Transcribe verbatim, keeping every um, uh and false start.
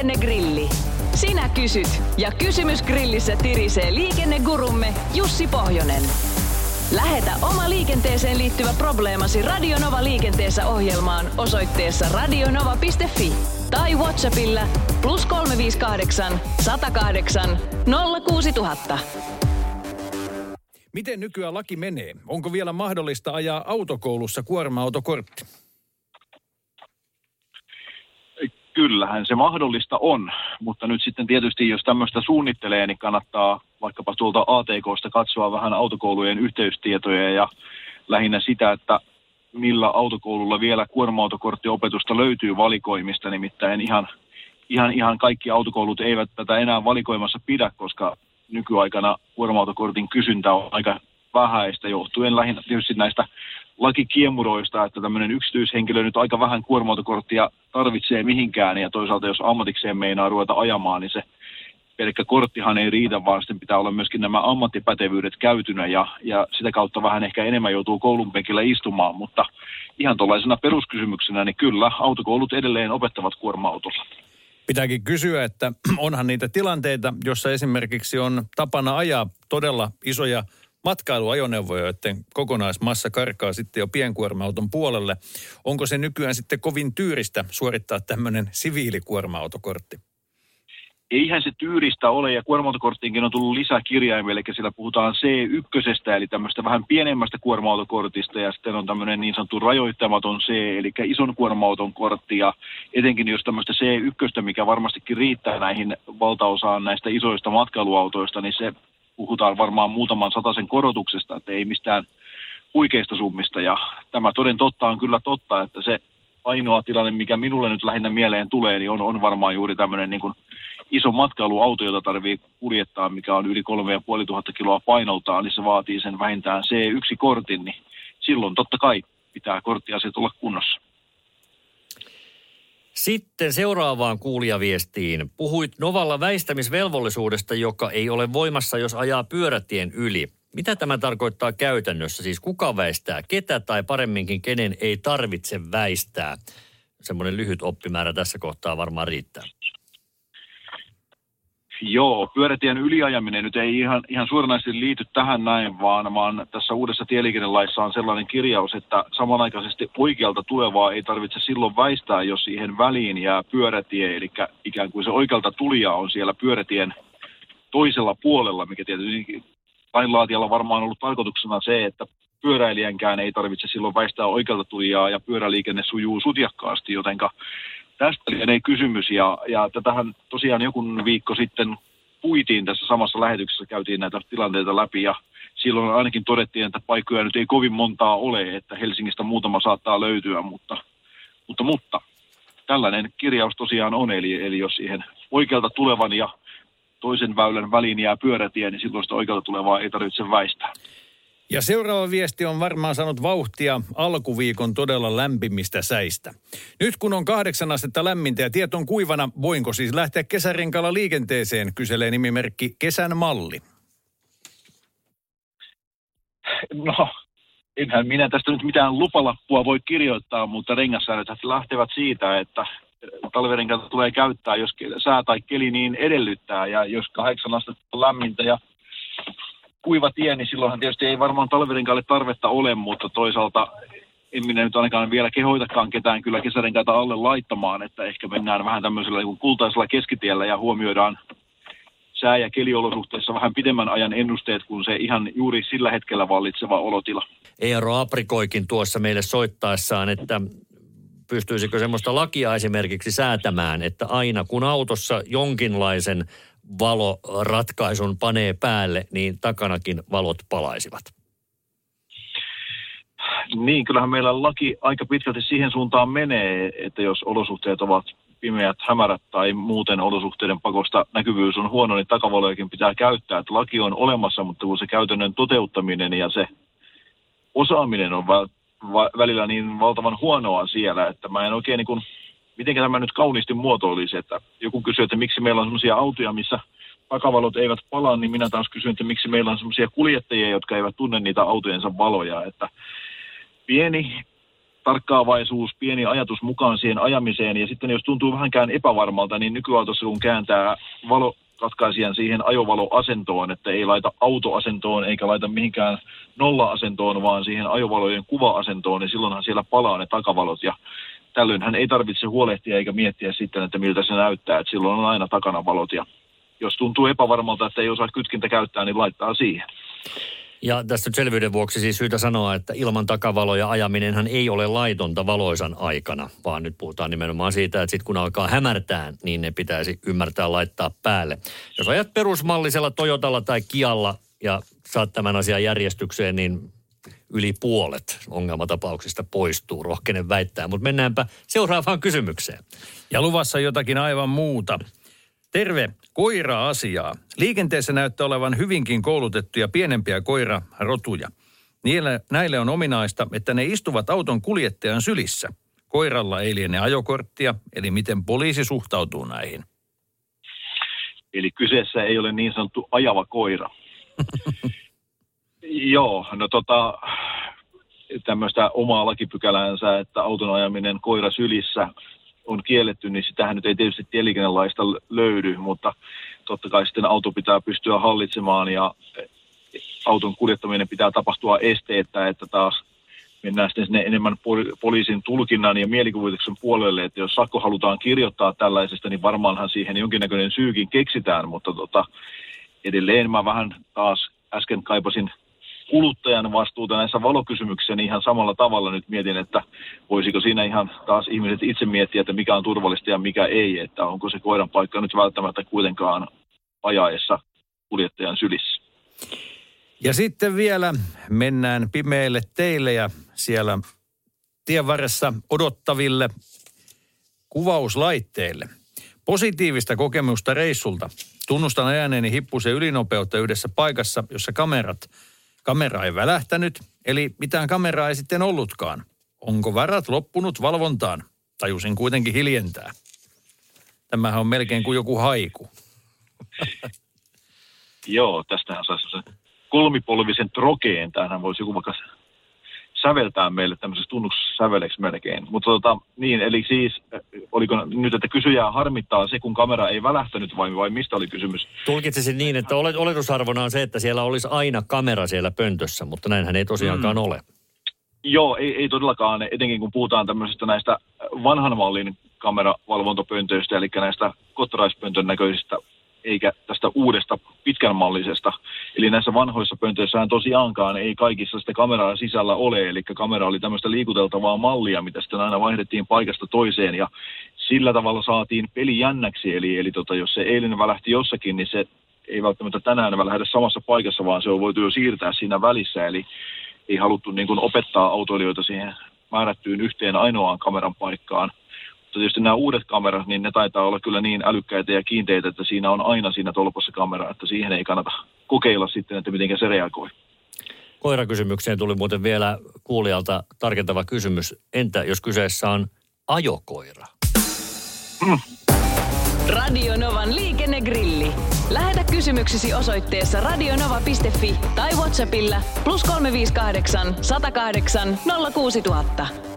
Liikennegrilli. Sinä kysyt ja kysymys grillissä tirisee liikennegurumme Jussi Pohjonen. Lähetä oma liikenteeseen liittyvä probleemasi Radionova liikenteessä ohjelmaan osoitteessa radionova piste fi tai WhatsAppilla plus kolme viisi kahdeksan, sata kahdeksan, nolla kuusi tuhatta. Miten nykyään laki menee? Onko vielä mahdollista ajaa autokoulussa kuorma-autokortti? Kyllähän se mahdollista on, mutta nyt sitten tietysti jos tämmöistä suunnittelee, niin kannattaa vaikkapa tuolta A T K:sta katsoa vähän autokoulujen yhteystietoja ja lähinnä sitä, että millä autokoululla vielä kuorma-autokorttiopetusta löytyy valikoimista, nimittäin ihan, ihan, ihan kaikki autokoulut eivät tätä enää valikoimassa pidä, koska nykyaikana kuorma-autokortin kysyntä on aika vähäistä johtuen lähinnä tietysti näistä lakikiemuroista, että tämmöinen yksityishenkilö nyt aika vähän kuorma-autokorttia tarvitsee mihinkään ja toisaalta jos ammatikseen meinaa ruveta ajamaan, niin se pelkkä korttihan ei riitä, vaan sitten pitää olla myöskin nämä ammattipätevyydet käytynä ja, ja sitä kautta vähän ehkä enemmän joutuu koulun penkillä istumaan, mutta ihan tuollaisena peruskysymyksenä, niin kyllä autokoulut edelleen opettavat kuorma-autolla. Pitääkin kysyä, että onhan niitä tilanteita, jossa esimerkiksi on tapana ajaa todella isoja matkailuajoneuvoja, joiden kokonaismassa karkaa sitten jo pienkuorma-auton puolelle. Onko se nykyään sitten kovin tyyristä suorittaa tämmöinen siviilikuorma-autokortti? Eihän se tyyristä ole, ja kuorma-autokorttiinkin on tullut lisäkirjaimia, eli siellä puhutaan C yksi, eli tämmöistä vähän pienemmästä kuorma-autokortista, ja sitten on tämmöinen niin sanottu rajoittamaton C, eli ison kuorma-auton kortti, ja etenkin jos tämmöistä C yksi, mikä varmastikin riittää näihin valtaosaan näistä isoista matkailuautoista, niin se puhutaan varmaan muutaman sataisen korotuksesta, että ei mistään huikeista summista, ja tämä toden totta on kyllä totta, että se ainoa tilanne, mikä minulle nyt lähinnä mieleen tulee, niin on, on varmaan juuri tämmöinen niin kuin iso matkailuauto, jota tarvii kuljettaa, mikä on yli kolme ja puoli tuhatta kiloa painoltaan, niin se vaatii sen vähintään C yksi kortin, niin silloin totta kai pitää korttiasiat olla kunnossa. Sitten seuraavaan kuulijaviestiin. Puhuit Novalla väistämisvelvollisuudesta, joka ei ole voimassa, jos ajaa pyörätien yli. Mitä tämä tarkoittaa käytännössä? Siis kuka väistää ketä tai paremminkin kenen ei tarvitse väistää? Semmoinen lyhyt oppimäärä tässä kohtaa varmaan riittää. Joo, pyörätien yliajaminen nyt ei ihan, ihan suoranaisesti liity tähän näin, vaan, vaan tässä uudessa tieliikennelaissa on sellainen kirjaus, että samanaikaisesti oikealta tulevaa ei tarvitse silloin väistää, jos siihen väliin jää pyörätie, eli ikään kuin se oikealta tulija on siellä pyörätien toisella puolella, mikä tietysti lainlaatijalla varmaan on ollut tarkoituksena se, että pyöräilijänkään ei tarvitse silloin väistää oikealta tulijaa ja pyöräliikenne sujuu sutjakkaasti, jotenka tästä ei kysymys, ja, ja tätähän tosiaan joku viikko sitten puitiin tässä samassa lähetyksessä, käytiin näitä tilanteita läpi, ja silloin ainakin todettiin, että paikkoja nyt ei kovin montaa ole, että Helsingistä muutama saattaa löytyä, mutta, mutta, mutta tällainen kirjaus tosiaan on, eli, eli jos siihen oikealta tulevan ja toisen väylän väliin jää pyörätie, niin silloin sitä oikealta tulevaa ei tarvitse väistää. Ja seuraava viesti on varmaan saanut vauhtia alkuviikon todella lämpimistä säistä. Nyt kun on kahdeksan astetta lämmintä ja tiet on kuivana, voinko siis lähteä kesärenkaalla liikenteeseen, kyselee nimimerkki Kesän Malli. No, enhän minä tästä nyt mitään lupalappua voi kirjoittaa, mutta rengassäännöt lähtevät siitä, että talvirenkaita tulee käyttää, jos sää tai keli niin edellyttää, ja jos kahdeksan astetta on lämmintä ja kuiva tie, niin silloinhan tietysti ei varmaan talvirenkaalle tarvetta ole, mutta toisaalta en minä nyt ainakaan vielä kehoitakaan ketään kyllä kesärenkaita alle laittamaan, että ehkä mennään vähän tämmöisellä niin kultaisella keskitiellä ja huomioidaan sää- ja keliolosuhteissa vähän pidemmän ajan ennusteet kuin se ihan juuri sillä hetkellä vallitseva olotila. Eero aprikoikin tuossa meille soittaessaan, että pystyisikö semmoista lakia esimerkiksi säätämään, että aina kun autossa jonkinlaisen valoratkaisun panee päälle, niin takanakin valot palaisivat. Niin, kyllähän meillä laki aika pitkälti siihen suuntaan menee, että jos olosuhteet ovat pimeät, hämärät tai muuten olosuhteiden pakosta näkyvyys on huono, niin takavalojakin pitää käyttää. Että laki on olemassa, mutta kun se käytännön toteuttaminen ja se osaaminen on välillä niin valtavan huonoa siellä, että mä en oikein niin kuin, miten tämä nyt kauniisti muotoilisi, että joku kysyy, että miksi meillä on sellaisia autoja, missä takavalot eivät palaa, niin minä taas kysyn, että miksi meillä on sellaisia kuljettajia, jotka eivät tunne niitä autojensa valoja, että pieni tarkkaavaisuus, pieni ajatus mukaan siihen ajamiseen. Ja sitten jos tuntuu vähänkään epävarmalta, niin nykyautossa kun kääntää valokatkaisijan siihen ajovaloasentoon, että ei laita autoasentoon eikä laita mihinkään nolla-asentoon, vaan siihen ajovalojen kuva-asentoon, niin silloinhan siellä palaa ne takavalot. Ja tällöin hän ei tarvitse huolehtia eikä miettiä sitten, että miltä se näyttää, että silloin on aina takana valot. Ja jos tuntuu epävarmalta, että ei osaa kytkintä käyttää, niin laittaa siihen. Ja tästä selvyyden vuoksi siis syytä sanoa, että ilman takavaloja ajaminenhan ei ole laitonta valoisan aikana, vaan nyt puhutaan nimenomaan siitä, että sitten kun alkaa hämärtää, niin ne pitäisi ymmärtää laittaa päälle. Jos ajat perusmallisella Toyotalla tai Kialla ja saat tämän asian järjestykseen, niin yli puolet ongelmatapauksista poistuu, rohkenen väittää. Mutta mennäänpä seuraavaan kysymykseen. Ja luvassa jotakin aivan muuta. Terve, koira-asiaa. Liikenteessä näyttää olevan hyvinkin koulutettuja pienempiä koirarotuja. Niille, näille on ominaista, että ne istuvat auton kuljettajan sylissä. Koiralla ei liene ajokorttia, eli miten poliisi suhtautuu näihin? Eli kyseessä ei ole niin sanottu ajava koira. Joo, no tota, tämmöistä omaa lakipykäläänsä, että auton ajaminen koira sylissä on kielletty, niin sitähän nyt ei tietysti tieliikennelaista löydy, mutta totta kai sitten auto pitää pystyä hallitsemaan ja auton kuljettaminen pitää tapahtua esteettä, että taas mennään sitten sinne enemmän poliisin tulkinnan ja mielikuvituksen puolelle, että jos sakko halutaan kirjoittaa tällaisesta, niin varmaanhan siihen jonkinnäköinen syykin keksitään, mutta tota, edelleen mä vähän taas äsken kaipasin kuluttajan vastuuta näissä valokysymyksissä, niin ihan samalla tavalla nyt mietin, että voisiko siinä ihan taas ihmiset itse miettiä, että mikä on turvallista ja mikä ei, että onko se koiran paikka nyt välttämättä kuitenkaan ajaessa kuljettajan sylissä. Ja sitten vielä mennään pimeille teille ja siellä tien varressa odottaville kuvauslaitteille. Positiivista kokemusta reissulta. Tunnustan ajaneeni hippusen ylinopeutta yhdessä paikassa, jossa kamerat Kamera ei välähtänyt, eli mitään kameraa ei sitten ollutkaan. Onko varat loppunut valvontaan? Tajusin kuitenkin hiljentää. Tämähän on melkein kuin joku haiku. Joo, tästähän saisi sen kolmipolvisen trokeen. Tämähän voisi joku vaikka säveltää meille tämmöisessä tunnussäveleksi melkein. Mutta tota, niin, eli siis, oliko nyt, että kysyjää harmittaa se, kun kamera ei välähtänyt vai, vai mistä oli kysymys? Tulkitsisin niin, että oletusarvona on se, että siellä olisi aina kamera siellä pöntössä, mutta näinhän ei tosiaankaan mm. ole. Joo, ei, ei todellakaan, etenkin kun puhutaan tämmöisestä näistä vanhan mallin kameravalvontopöntöistä, eli näistä kottaraispöntön näköisistä, eikä tästä uudesta pitkänmallisesta. Eli näissä vanhoissa pöntöissähän tosiaankaan ei kaikissa sitä kameraa sisällä ole, eli kamera oli tämmöistä liikuteltavaa mallia, mitä sitten aina vaihdettiin paikasta toiseen, ja sillä tavalla saatiin peli jännäksi, eli, eli tota, jos se eilen välähti jossakin, niin se ei välttämättä tänään välähdä samassa paikassa, vaan se on voitu jo siirtää siinä välissä, eli ei haluttu niin kuin opettaa autoilijoita siihen määrättyyn yhteen ainoaan kameran paikkaan. Mutta tietysti nämä uudet kamerat, niin ne taitaa olla kyllä niin älykkäitä ja kiinteitä, että siinä on aina siinä tolpassa kamera, että siihen ei kannata kokeilla sitten, että miten se reagoi. Koirakysymykseen tuli muuten vielä kuulijalta tarkentava kysymys. Entä jos kyseessä on ajokoira? Mm. Radio Novan liikennegrilli. Lähetä kysymyksesi osoitteessa radionova piste fi tai WhatsAppilla plus kolme viisi kahdeksan, sata kahdeksan, nolla kuusi tuhatta.